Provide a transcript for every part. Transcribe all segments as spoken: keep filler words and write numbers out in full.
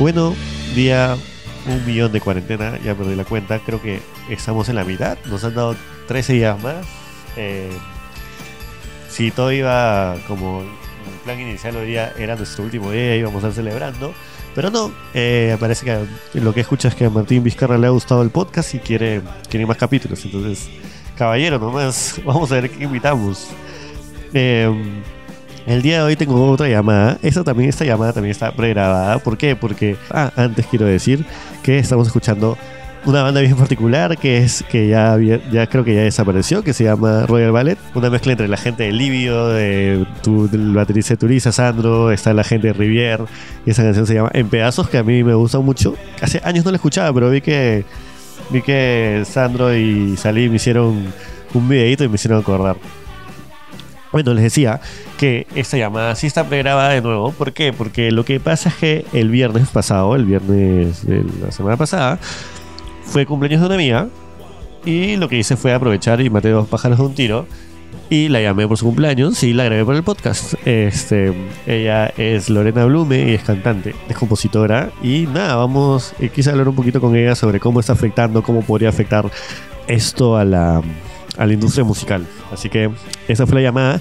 Bueno, día un millón de cuarentena, ya perdí la cuenta. Creo que estamos en la mitad. Nos han dado trece días más. Eh, si todo iba como el plan inicial, hoy día era nuestro último día, íbamos a estar celebrando. Pero no, eh, parece que lo que escucha es que a Martín Vizcarra le ha gustado el podcast y quiere, quiere más capítulos. Entonces, caballero, nomás, vamos a ver qué invitamos. Eh, el día de hoy tengo otra llamada. Esta también, esta llamada también está pregrabada. ¿Por qué? Porque, ah, antes quiero decir que estamos escuchando una banda bien particular que es que ya, ya creo que ya desapareció, que se llama Royal Ballet. Una mezcla entre la gente de Livio, de tu, del baterista de Turiza, Sandro, está la gente de Rivière, y esa canción se llama En Pedazos, que a mí me gusta mucho. Hace años no la escuchaba, pero vi que vi que Sandro y Salim me hicieron un videito y me hicieron acordar. Bueno, les decía que esta llamada sí está pregrabada de nuevo. ¿Por qué? Porque lo que pasa es que el viernes pasado, el viernes de la semana pasada, fue cumpleaños de una amiga y lo que hice fue aprovechar y maté dos pájaros de un tiro y la llamé por su cumpleaños y la grabé por el podcast. Este, ella es Lorena Blume y es cantante, es compositora y nada, vamos, eh, quise hablar un poquito con ella sobre cómo está afectando, cómo podría afectar esto a la, a la industria musical. Así que esa fue la llamada.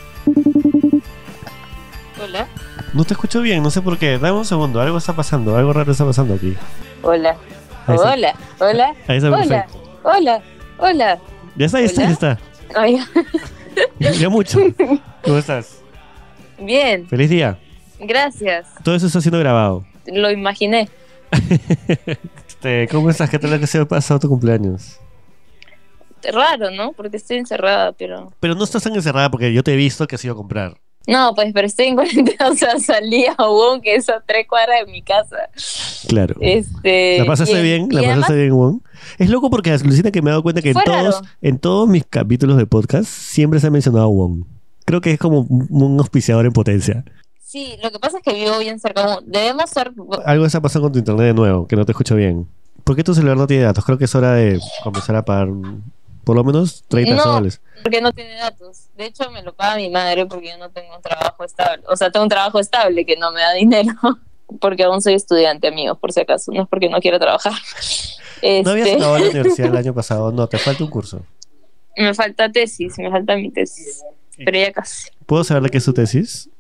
Hola. No te escucho bien, no sé por qué. Dame un segundo, algo está pasando, algo raro está pasando aquí. Hola. Ahí está. Hola, hola, Ahí está, hola, perfecto. hola, hola. Ya está, ya está, ya está. Ay, Ya, ya mucho. ¿Cómo estás? bien, Feliz día. gracias. Todo eso está siendo grabado. Lo imaginé. este, ¿Cómo estás? ¿Qué tal que se ha pasado tu cumpleaños? Raro, ¿no? Porque estoy encerrada, pero... Pero no estás tan encerrada porque yo te he visto que has ido a comprar. No, pues, pero estoy en cuarentena, o sea, salí a Wong, que es a tres cuadras de mi casa. Claro. Este... ¿La pasaste y- bien? y ¿La además, pasaste bien, Juan? Es loco porque, Lucina, que me he dado cuenta que en Fue todos, raro. en todos mis capítulos de podcast siempre se ha mencionado a Wong. Creo que es como un un auspiciador en potencia. sí, lo que pasa es que vivo bien cerca. Como debemos ser... Algo está pasando con tu internet de nuevo, que no te escucho bien. ¿Por qué tu celular no tiene datos? Creo que es hora de comenzar a pagar por lo menos treinta No. soles. Porque no tiene datos. De hecho, me lo paga mi madre porque yo no tengo un trabajo estable. O sea, tengo un trabajo estable que no me da dinero. Porque aún soy estudiante, amigos, por si acaso. No es porque no quiero trabajar. Este, ¿No habías acabado la universidad el año pasado? No, te falta un curso. Me falta tesis, me falta mi tesis. Pero ya casi. ¿Puedo saber de qué es tu tesis?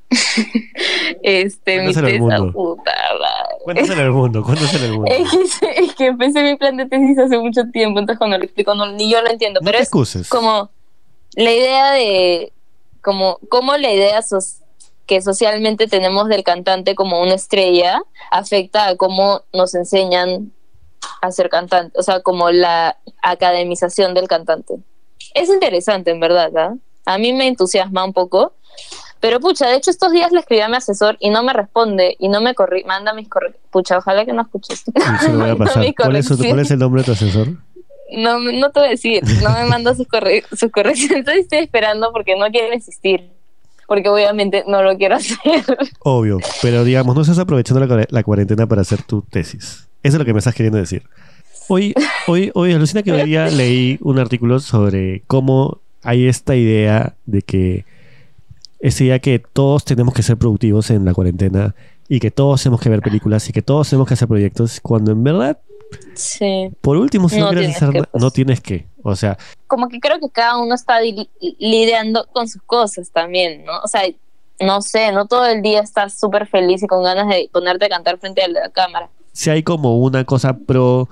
Este, mi Cuéntaselo al tesis. mundo. Puta madre. Cuéntaselo al mundo, cuéntaselo al mundo. Es que, es que empecé mi plan de tesis hace mucho tiempo, entonces cuando lo explico no, ni yo lo entiendo. No Pero te es excuses. como la idea de como, como la idea so- que socialmente tenemos del cantante como una estrella afecta a cómo nos enseñan a ser cantante, o sea, como la academización del cantante. Es interesante, en verdad, ¿ah? A mí me entusiasma un poco, pero pucha, de hecho estos días le escribí a mi asesor y no me responde y no me corri manda mis correcciones. Pucha, ojalá que no escuches. Sí, se lo voy a Manda pasar. mis ¿Cuál es, su- correcciones. ¿Cuál es el nombre de tu asesor? No, no te voy a decir, no me manda sus, corre sus correcciones. Entonces estoy esperando porque no quiere insistir. Porque obviamente no lo quiero hacer. Obvio, pero digamos, no estás aprovechando la, cuare- la cuarentena para hacer tu tesis. Eso es lo que me estás queriendo decir. Hoy, hoy, hoy, alucina que hoy día leí un artículo sobre cómo hay esta idea de que esta idea que todos tenemos que ser productivos en la cuarentena y que todos tenemos que ver películas y que todos tenemos que hacer proyectos, cuando en verdad, Sí. por último, si no, No quieres tienes hacer que, nada, pues. no tienes que. O sea, Como que creo que cada uno está li lidiando con sus cosas también, ¿no? O sea, no sé, no todo el día estás súper feliz y con ganas de ponerte a cantar frente a la cámara. si hay como una cosa pro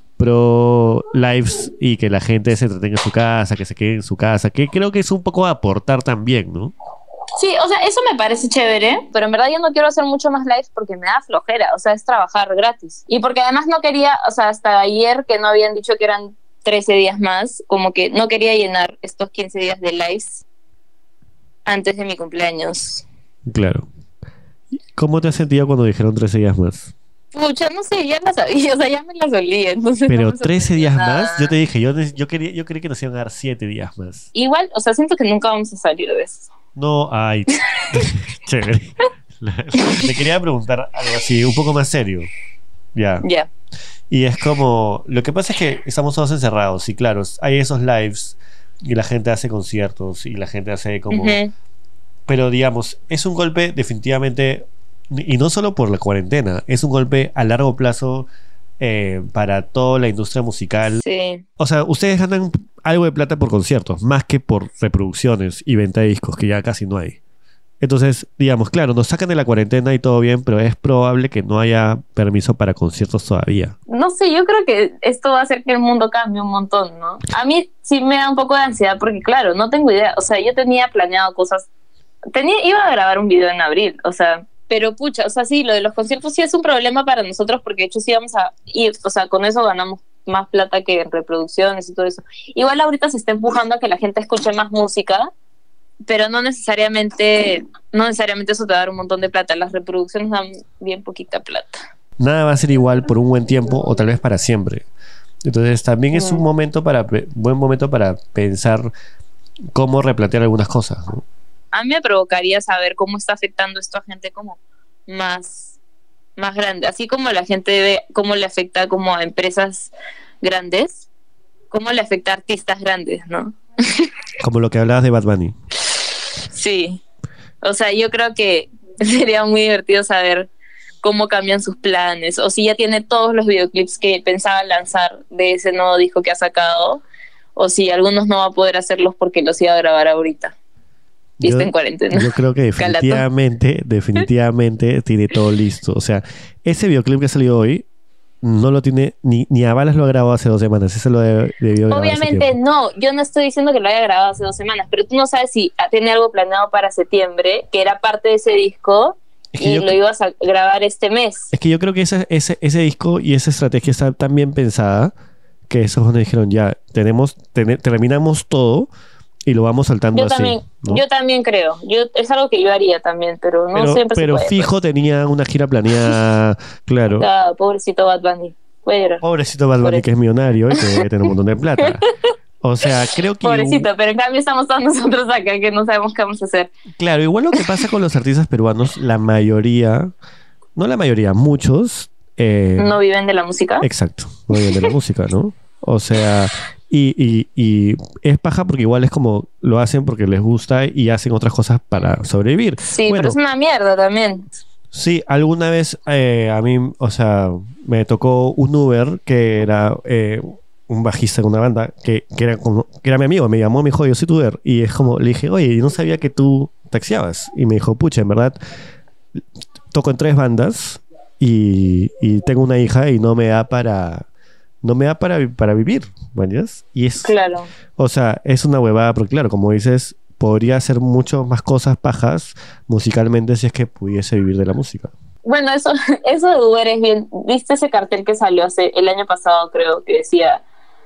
pro lives y que la gente se entretenga en su casa, que se quede en su casa, que creo que es un poco aportar también, ¿no? Sí, o sea, eso me parece chévere, pero en verdad yo no quiero hacer mucho más lives porque me da flojera, o sea, es trabajar gratis. Y porque además no quería, o sea, hasta ayer que no habían dicho que eran trece días más, como que no quería llenar estos quince días de lives antes de mi cumpleaños. Claro. ¿Cómo te has sentido cuando dijeron trece días más? Pucha, no sé, ya la sabía, o sea, ya me la solía, entonces Pero no me trece sorprendió días nada. más, yo te dije, yo, yo, quería, yo creí que nos iban a dar siete días más. Igual, o sea, siento que nunca vamos a salir de eso. No, ay, chévere. Te quería preguntar algo así, un poco más serio. Ya. Ya. Y es como, lo que pasa es que estamos todos encerrados y claro, hay esos lives y la gente hace conciertos y la gente hace como... Ujú. Pero digamos, es un golpe definitivamente Y no solo por la cuarentena, es un golpe a largo plazo eh, para toda la industria musical. Sí. O sea, ustedes ganan algo de plata por conciertos, más que por reproducciones y venta de discos, que ya casi no hay. Entonces, digamos, claro, nos sacan de la cuarentena y todo bien, pero es probable que no haya permiso para conciertos todavía. No sé, yo creo que esto va a hacer que el mundo cambie un montón, ¿no? A mí sí me da un poco de ansiedad porque, claro, no tengo idea. O sea, yo tenía planeado cosas. Tenía, iba a grabar un video en abril, o sea, pero pucha, o sea, sí, lo de los conciertos sí es un problema para nosotros porque de hecho sí vamos a ir, o sea, con eso ganamos más plata que en reproducciones y todo eso. Igual ahorita se está empujando a que la gente escuche más música, pero no necesariamente no necesariamente eso te va a dar un montón de plata. Las reproducciones dan bien poquita plata. Nada va a ser igual por un buen tiempo o tal vez para siempre. Entonces también es un momento para buen momento para pensar cómo replantear algunas cosas, ¿no? A mí me provocaría saber cómo está afectando esto a gente como más más grande, así como la gente ve cómo le afecta como a empresas grandes, cómo le afecta a artistas grandes, ¿no? Como lo que hablabas de Bad Bunny. Sí, o sea, yo creo que sería muy divertido saber cómo cambian sus planes, o si ya tiene todos los videoclips que pensaba lanzar de ese nuevo disco que ha sacado, o si algunos no va a poder hacerlos porque los iba a grabar ahorita y está en cuarentena. Yo creo que definitivamente, definitivamente tiene todo listo. O sea, ese videoclip que salió hoy no lo tiene, ni, ni a balas lo ha grabado hace dos semanas. Ese lo de, debió grabar. Obviamente no, yo no estoy diciendo que lo haya grabado hace dos semanas, pero tú no sabes si tiene algo planeado para septiembre, que era parte de ese disco, es que y lo ibas a grabar este mes. Es que yo creo que ese, ese, ese disco y esa estrategia está tan bien pensada que esos jóvenes dijeron, ya, tenemos, ten, terminamos todo y lo vamos saltando yo así. También, ¿no? Yo también creo. Yo, es algo que yo haría también, pero no pero, siempre Pero se puede, fijo pues. Tenía una gira planeada, claro. Ah, pobrecito Bad Bunny. Bueno, pobrecito Bad Bunny, pobrecito. Que es millonario y que debe tener un montón de plata. O sea, creo que... Pobrecito, pero en cambio estamos todos nosotros acá que no sabemos qué vamos a hacer. Claro, igual lo que pasa con los artistas peruanos, la mayoría, no la mayoría, muchos... Eh, ¿No viven de la música? Exacto, no viven de la música, ¿no? O sea... Y, y, y es paja porque igual es como lo hacen porque les gusta y hacen otras cosas para sobrevivir. Sí, bueno, pero es una mierda también. Sí, alguna vez eh, a mí, o sea, me tocó un Uber que era eh, un bajista de una banda que, que, era como, que era mi amigo, me llamó, me dijo, yo soy tu Uber. Y es como, le dije, oye, no sabía que tú taxiabas. Y me dijo, pucha, en verdad, toco en tres bandas y, y tengo una hija y no me da para... no me da para, para vivir, ¿entiendes? Y es, claro. O sea, es una huevada, porque claro, como dices, podría hacer mucho más cosas pajas musicalmente si es que pudiese vivir de la música. Bueno, eso, eso de Uber es bien. ¿Viste ese cartel que salió hace el año pasado, creo, que decía,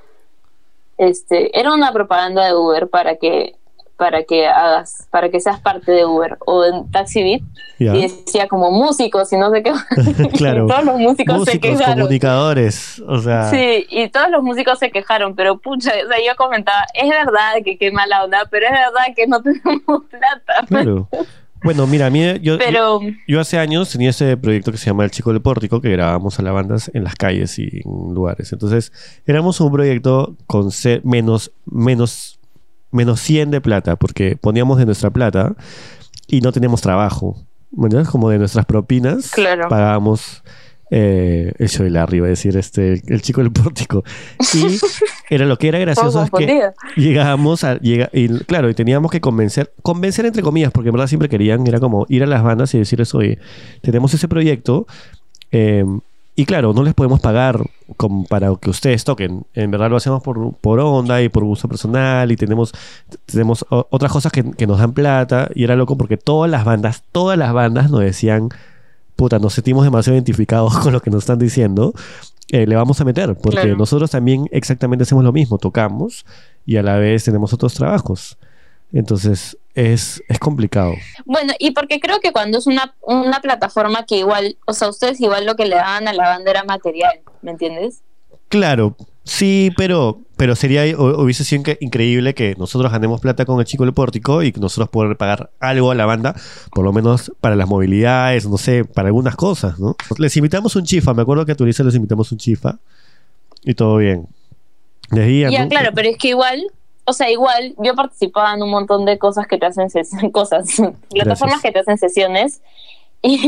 este, era una propaganda de Uber para que para que hagas, para que seas parte de Uber o en Taxi Beat, yeah. Y decía como músicos y no sé qué. Claro. Todos los músicos, músicos se quejaron. Comunicadores, o sea. Sí, y todos los músicos se quejaron, pero pucha, o sea, yo comentaba, es verdad que qué mala onda, pero es verdad que no tenemos plata. Claro. Bueno, mira, a mí, yo, pero, yo, yo hace años tenía ese proyecto que se llama El Chico del Pórtico, que grabábamos a las bandas en las calles y en lugares. Entonces, éramos un proyecto con C, menos, menos menos cien de plata, porque poníamos de nuestra plata y no teníamos trabajo, ¿verdad? Como de nuestras propinas, claro. Pagábamos eh, el show de Larry, iba a decir, este, el chico del pórtico. Y era lo que era gracioso es que llegábamos a, llega, y claro, y teníamos que convencer, convencer entre comillas, porque en verdad siempre querían, era como ir a las bandas y decirles, oye, tenemos ese proyecto, eh, y claro, no les podemos pagar como para que ustedes toquen. En verdad lo hacemos por, por onda y por gusto personal y tenemos, tenemos otras cosas que, que nos dan plata. Y era loco porque todas las bandas, todas las bandas nos decían, puta, nos sentimos demasiado identificados con lo que nos están diciendo. Eh, le vamos a meter, porque claro. Nosotros también exactamente hacemos lo mismo. Tocamos y a la vez tenemos otros trabajos. Entonces es, es complicado. Bueno, y porque creo que cuando es una, una plataforma que igual, o sea, ustedes igual lo que le daban a la banda era material, ¿me entiendes? Claro, sí, pero, pero sería, hubiese sido increíble que nosotros ganemos plata con el Chico del Pórtico y que nosotros poder pagar algo a la banda, por lo menos para las movilidades, no sé, para algunas cosas, ¿no? Les invitamos un chifa, me acuerdo que a Turisa les invitamos un chifa y todo bien. Decían, ya, ¿no? Claro, pero es que igual... O sea, igual, yo participaba en un montón de cosas que te hacen ses- cosas, plataformas que te hacen sesiones y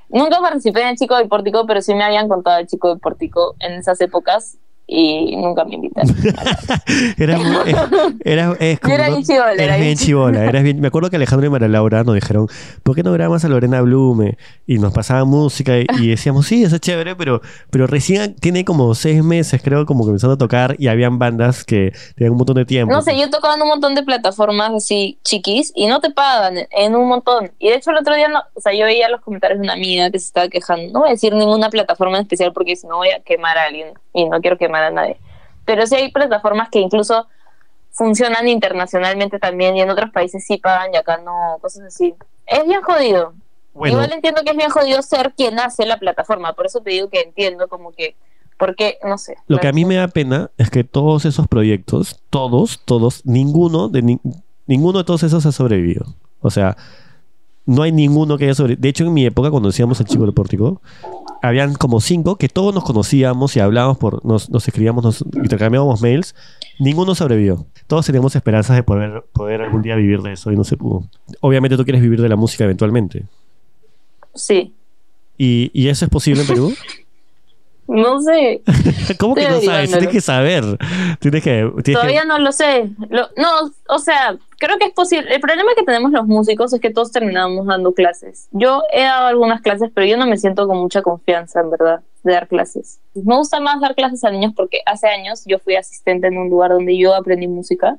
Nunca participé en el Chico del Pórtico, pero sí me habían contado el Chico del Pórtico en esas épocas y nunca me invitaron. Eras muy- eh, eras- es como Yo era no- bien chibola, era eras bien bien chibola, eras bien- me acuerdo que Alejandro y María Laura nos dijeron, ¿por qué no grabamos a Lorena Blume? Y nos pasaban música y, y decíamos, sí, eso es chévere, pero, pero recién tiene como seis meses, creo, como comenzando a tocar y habían bandas que tenían un montón de tiempo. No sé, yo tocaba en un montón de plataformas así chiquis y no te pagan en un montón. Y de hecho el otro día, no, o sea, yo veía los comentarios de una amiga que se estaba quejando. No voy a decir ninguna plataforma en especial porque si no voy a quemar a alguien y no quiero quemar a nadie. Pero sí hay plataformas que incluso funcionan internacionalmente también y en otros países sí pagan y acá no, cosas así. Es bien jodido. Bueno, Igual entiendo que es bien jodido ser quien hace la plataforma, por eso te digo que entiendo como que, porque, no sé. lo que a mí me da pena es que todos esos proyectos, todos, todos, ninguno de, ni- ninguno de todos esos ha sobrevivido. O sea, no hay ninguno que haya sobrevivido. De hecho, en mi época, cuando hacíamos el Chico del Pórtico, habían como cinco que todos nos conocíamos y hablábamos por, nos, nos escribíamos, nos intercambiábamos mails. Ninguno sobrevivió. Todos teníamos esperanzas de poder, poder algún día vivir de eso y no se pudo. Obviamente tú quieres vivir de la música eventualmente. Sí. ¿Y, y eso es posible en Perú? No sé. ¿Cómo que no Estoy sabes? averiguándolo. Tienes que saber. Tienes que... tienes Todavía que- no lo sé. Lo- no, o sea, creo que es posible. El problema que tenemos los músicos es que todos terminamos dando clases. Yo he dado algunas clases, pero yo no me siento con mucha confianza, en verdad, de dar clases. Me gusta más dar clases a niños porque hace años yo fui asistente en un lugar donde yo aprendí música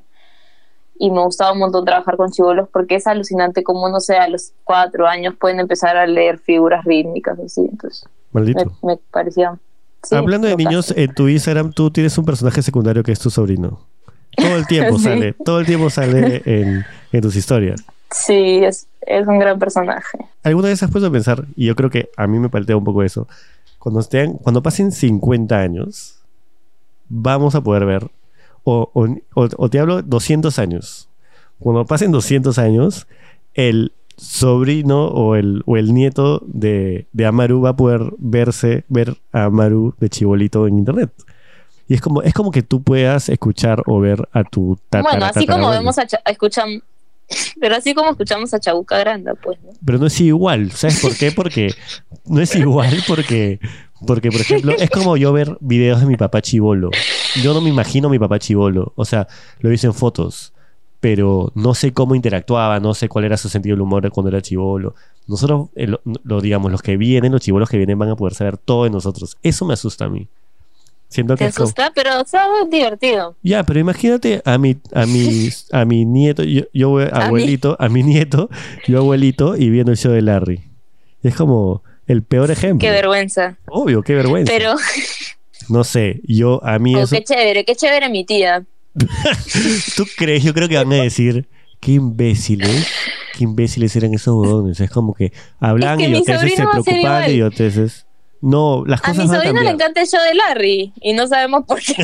y me gustaba un montón trabajar con chibolos porque es alucinante cómo, no sé, a los cuatro años pueden empezar a leer figuras rítmicas así. Entonces, me, Maldito. me parecía... sí, Hablando de loca. niños, en tu Instagram tú tienes un personaje secundario que es tu sobrino. Todo el tiempo Sí. sale, todo el tiempo sale en, en tus historias. Sí, es, es un gran personaje. ¿Alguna vez has puesto a pensar, y yo creo que a mí me paltea un poco eso, cuando, estén, cuando pasen cincuenta años, vamos a poder ver, o, o, o- o te hablo doscientos años, cuando pasen doscientos años, el sobrino o el, o el nieto de, de Amaru va a poder verse, ver a Amaru de chibolito en internet. Y es como, es como que tú puedas escuchar o ver a tu tatara, Bueno, así como tatarabuelo. vemos a, Cha- escucham- pero así como escuchamos a Chabuca Granda, pues, ¿no? Pero no es igual, ¿sabes por qué? Porque no es igual porque, porque por ejemplo, es como yo ver videos de mi papá chibolo. Yo no me imagino a mi papá chibolo. O sea, lo hice en fotos, pero no sé cómo interactuaba, no sé cuál era su sentido del humor cuando era chibolo. Nosotros, eh, lo, lo digamos, los que vienen, los chibolos que vienen van a poder saber todo de nosotros. Eso me asusta a mí. Siento que Te es como- asusta, pero está muy divertido. ya, pero imagínate a mi, a mi, a mi nieto, yo, yo voy- A abuelito, a mi nieto, yo abuelito y viendo el show de Larry. Es como el peor ejemplo. Qué vergüenza. Obvio, qué vergüenza. Pero, No sé, yo a mí oh, eso. qué chévere, qué chévere mi tía. ¿Tú crees? Yo creo que van a decir qué imbéciles, qué imbéciles eran esos bodones. Es como que hablaban Es que mi idioteces, se sobrino va a ser preocupaban de igual. idioteces. No, las A cosas mi van a sobrino le cambiar. encanta el show de Larry y no sabemos por qué.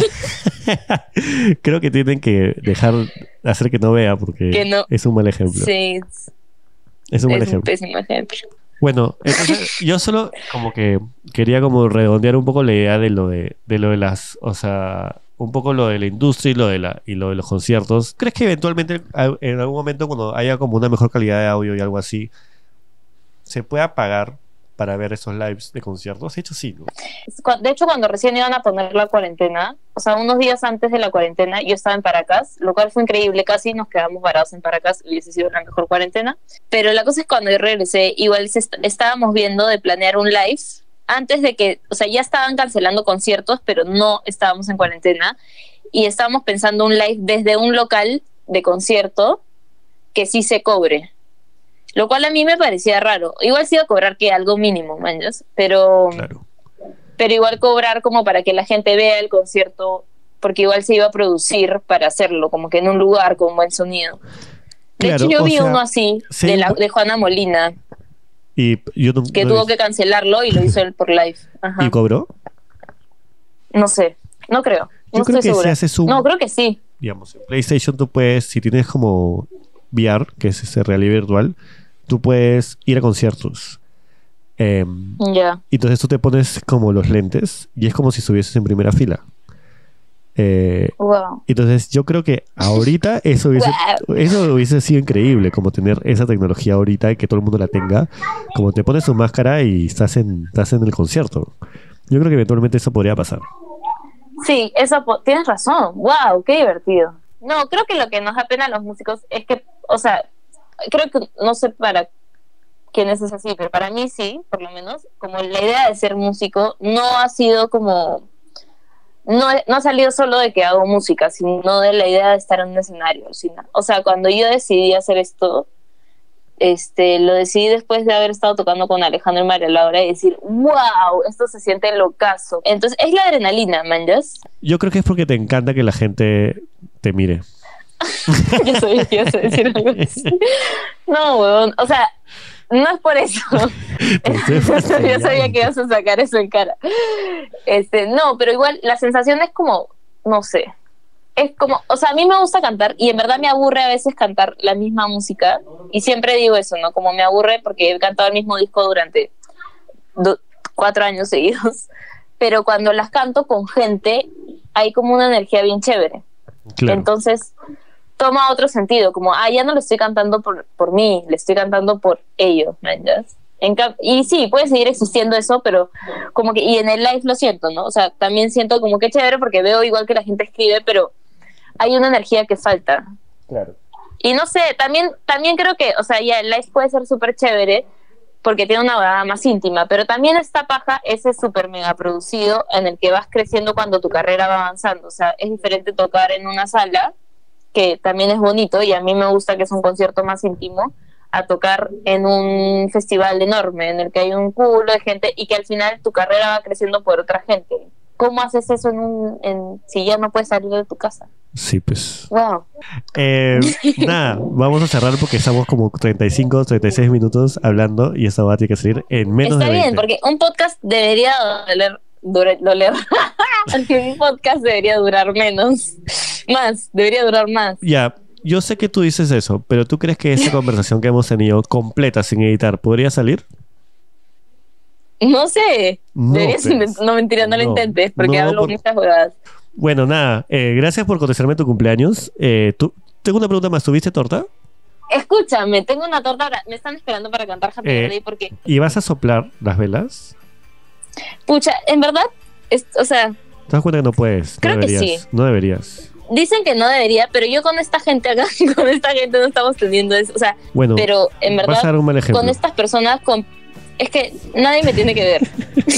Creo que tienen que dejar hacer que no vea porque Que no. es un mal ejemplo. Sí, Es un mal es un ejemplo. pésimo ejemplo. Bueno, entonces yo solo como que quería como redondear un poco la idea de lo de, de lo de las, o sea, un poco lo de la industria y lo de la y lo de los conciertos. ¿Crees que eventualmente a- en algún momento cuando haya como una mejor calidad de audio y algo así se pueda pagar para ver esos lives de conciertos? De hecho sí, ¿no? Cu- De hecho, cuando recién iban a poner la cuarentena, o sea, unos días antes de la cuarentena, yo estaba en Paracas, lo cual fue increíble, casi nos quedamos varados en Paracas, hubiese sido la mejor cuarentena. Pero la cosa es que cuando yo regresé, igual se est- estábamos viendo de planear un live antes de que, o sea, ya estaban cancelando conciertos, pero no estábamos en cuarentena, y estábamos pensando un live desde un local de concierto que sí se cobre. Lo cual a mí me parecía raro. Igual sí iba a cobrar que algo mínimo, manjas, pero... Claro. pero igual cobrar como para que la gente vea el concierto, porque igual se iba a producir para hacerlo, como que en un lugar con buen sonido. De Claro, hecho, yo o vi sea, uno así, sí, de, la, un- de Juana Molina, Y yo no, que no tuvo he- que cancelarlo y lo hizo él por live. Ajá. ¿Y cobró? No sé, no creo. Yo No creo estoy que segura. si haces un No, creo que sí. digamos, en PlayStation tú puedes, si tienes como V R, que es ese realidad virtual, tú puedes ir a conciertos. Em, Ya. y entonces tú te pones como los lentes y es como si estuvieses en primera fila. Eh, Wow. entonces yo creo que ahorita eso hubiese, Wow. eso hubiese sido increíble, como tener esa tecnología ahorita y que todo el mundo la tenga, como te pones tu máscara y estás en, estás en el concierto. Yo creo que eventualmente eso podría pasar. Sí, eso po- tienes razón. Wow, qué divertido. No, creo que lo que nos da pena a los músicos es que, o sea, creo que no sé para quiénes es así, pero para mí sí, por lo menos, como la idea de ser músico no ha sido como no, no ha salido solo de que hago música, sino de la idea de estar en un escenario. Sino, o sea, cuando yo decidí hacer esto, este, lo decidí después de haber estado tocando con Alejandro y María Laura y decir, wow, esto se siente locazo. Entonces, es la adrenalina, manjas. Yo creo que es porque te encanta que la gente te mire. Yo sabía que ibas a decir algo así. No, huevón, o sea, no es por eso. Yo sabía que ibas a sacar eso en cara. Este, no, pero igual la sensación es como, no sé, es como, o sea, a mí me gusta cantar y en verdad me aburre a veces cantar la misma música y siempre digo eso, ¿no? Como me aburre porque he cantado el mismo disco durante do- cuatro años seguidos, pero cuando las canto con gente hay como una energía bien chévere. Claro. Entonces toma otro sentido, como, ah, ya no le estoy cantando por, por mí, le estoy cantando por ellos, ¿me entiendes? En cap- y sí, puede seguir existiendo eso, pero como que, y en el live lo siento, ¿no? O sea, también siento como que chévere porque veo igual que la gente escribe, pero hay una energía que falta. Claro. Y no sé, también, también creo que, o sea, ya el live puede ser súper chévere porque tiene una balada más íntima, pero también esta paja, ese súper mega producido en el que vas creciendo cuando tu carrera va avanzando. O sea, es diferente tocar en una sala, que también es bonito y a mí me gusta que es un concierto más íntimo, a tocar en un festival enorme en el que hay un culo de gente y que al final tu carrera va creciendo por otra gente. ¿Cómo haces eso en un, en, si ya no puedes salir de tu casa? Sí, pues. Wow. Eh, nada, vamos a cerrar porque estamos como treinta y cinco, treinta y seis minutos hablando y esta va a tener que salir en menos Está de veinte. bien, porque un podcast debería doler, doler, doler. un podcast debería durar menos. Más, debería durar más. Ya, yo sé que tú dices eso, pero ¿tú crees que esa conversación que hemos tenido completa sin editar podría salir? No sé. No, Deberías pues, intent- no, mentira, no, lo no, intentes, porque no, hablo por- muchas jugadas. Bueno, nada, eh, gracias por contestarme tu cumpleaños. Eh, tú, tengo una pregunta más, ¿tuviste torta? Escúchame, tengo una torta ahora. Me están esperando para cantar Happy Eh, Birthday porque, ¿Y vas a soplar las velas? pucha, en verdad, es, o sea, ¿Te das cuenta que no puedes? No Creo que deberías, sí. No deberías. dicen que no debería, pero yo con esta gente acá, con esta gente no estamos teniendo eso. O sea, Bueno, pero en vas a verdad, dar un mal ejemplo. con estas personas, con es que nadie me tiene que ver.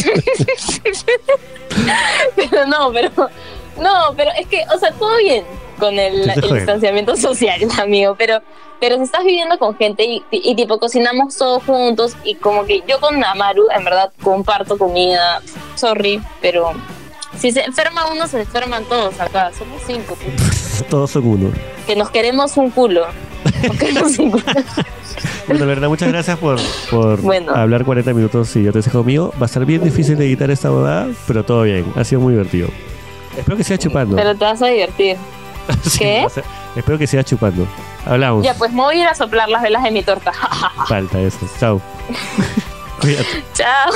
Pero no, pero no, pero es que, o sea, todo bien con el, Te estoy el jodiendo. distanciamiento social, amigo, pero pero si estás viviendo con gente y, y, y tipo cocinamos todos juntos y como que yo con Amaru en verdad comparto comida, sorry, pero si se enferma uno se enferman todos acá, somos cinco, pues, Todos son uno. que nos queremos un culo. Nos queremos un culo. Bueno, verdad, muchas gracias por, por Bueno. hablar cuarenta minutos y yo te dejo conmigo. Va a ser bien difícil de editar esta boda, pero todo bien. Ha sido muy divertido. Espero que sigas chupando. Pero te vas a divertir. Sí, ¿Qué? va a ser- espero que sigas chupando. Hablamos. Ya, pues me voy a ir a soplar las velas de mi torta. Falta eso. Chao. Cuídate. Chao.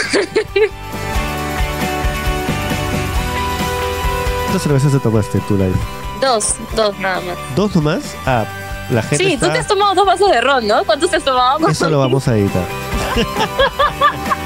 ¿Cuántas cervezas te tomaste en tu live? Dos, dos nada más. ¿Dos nomás? Ah, la gente Sí, está... tú te has tomado dos vasos de ron, ¿no? ¿Cuántos te has tomado? Eso lo vamos a editar.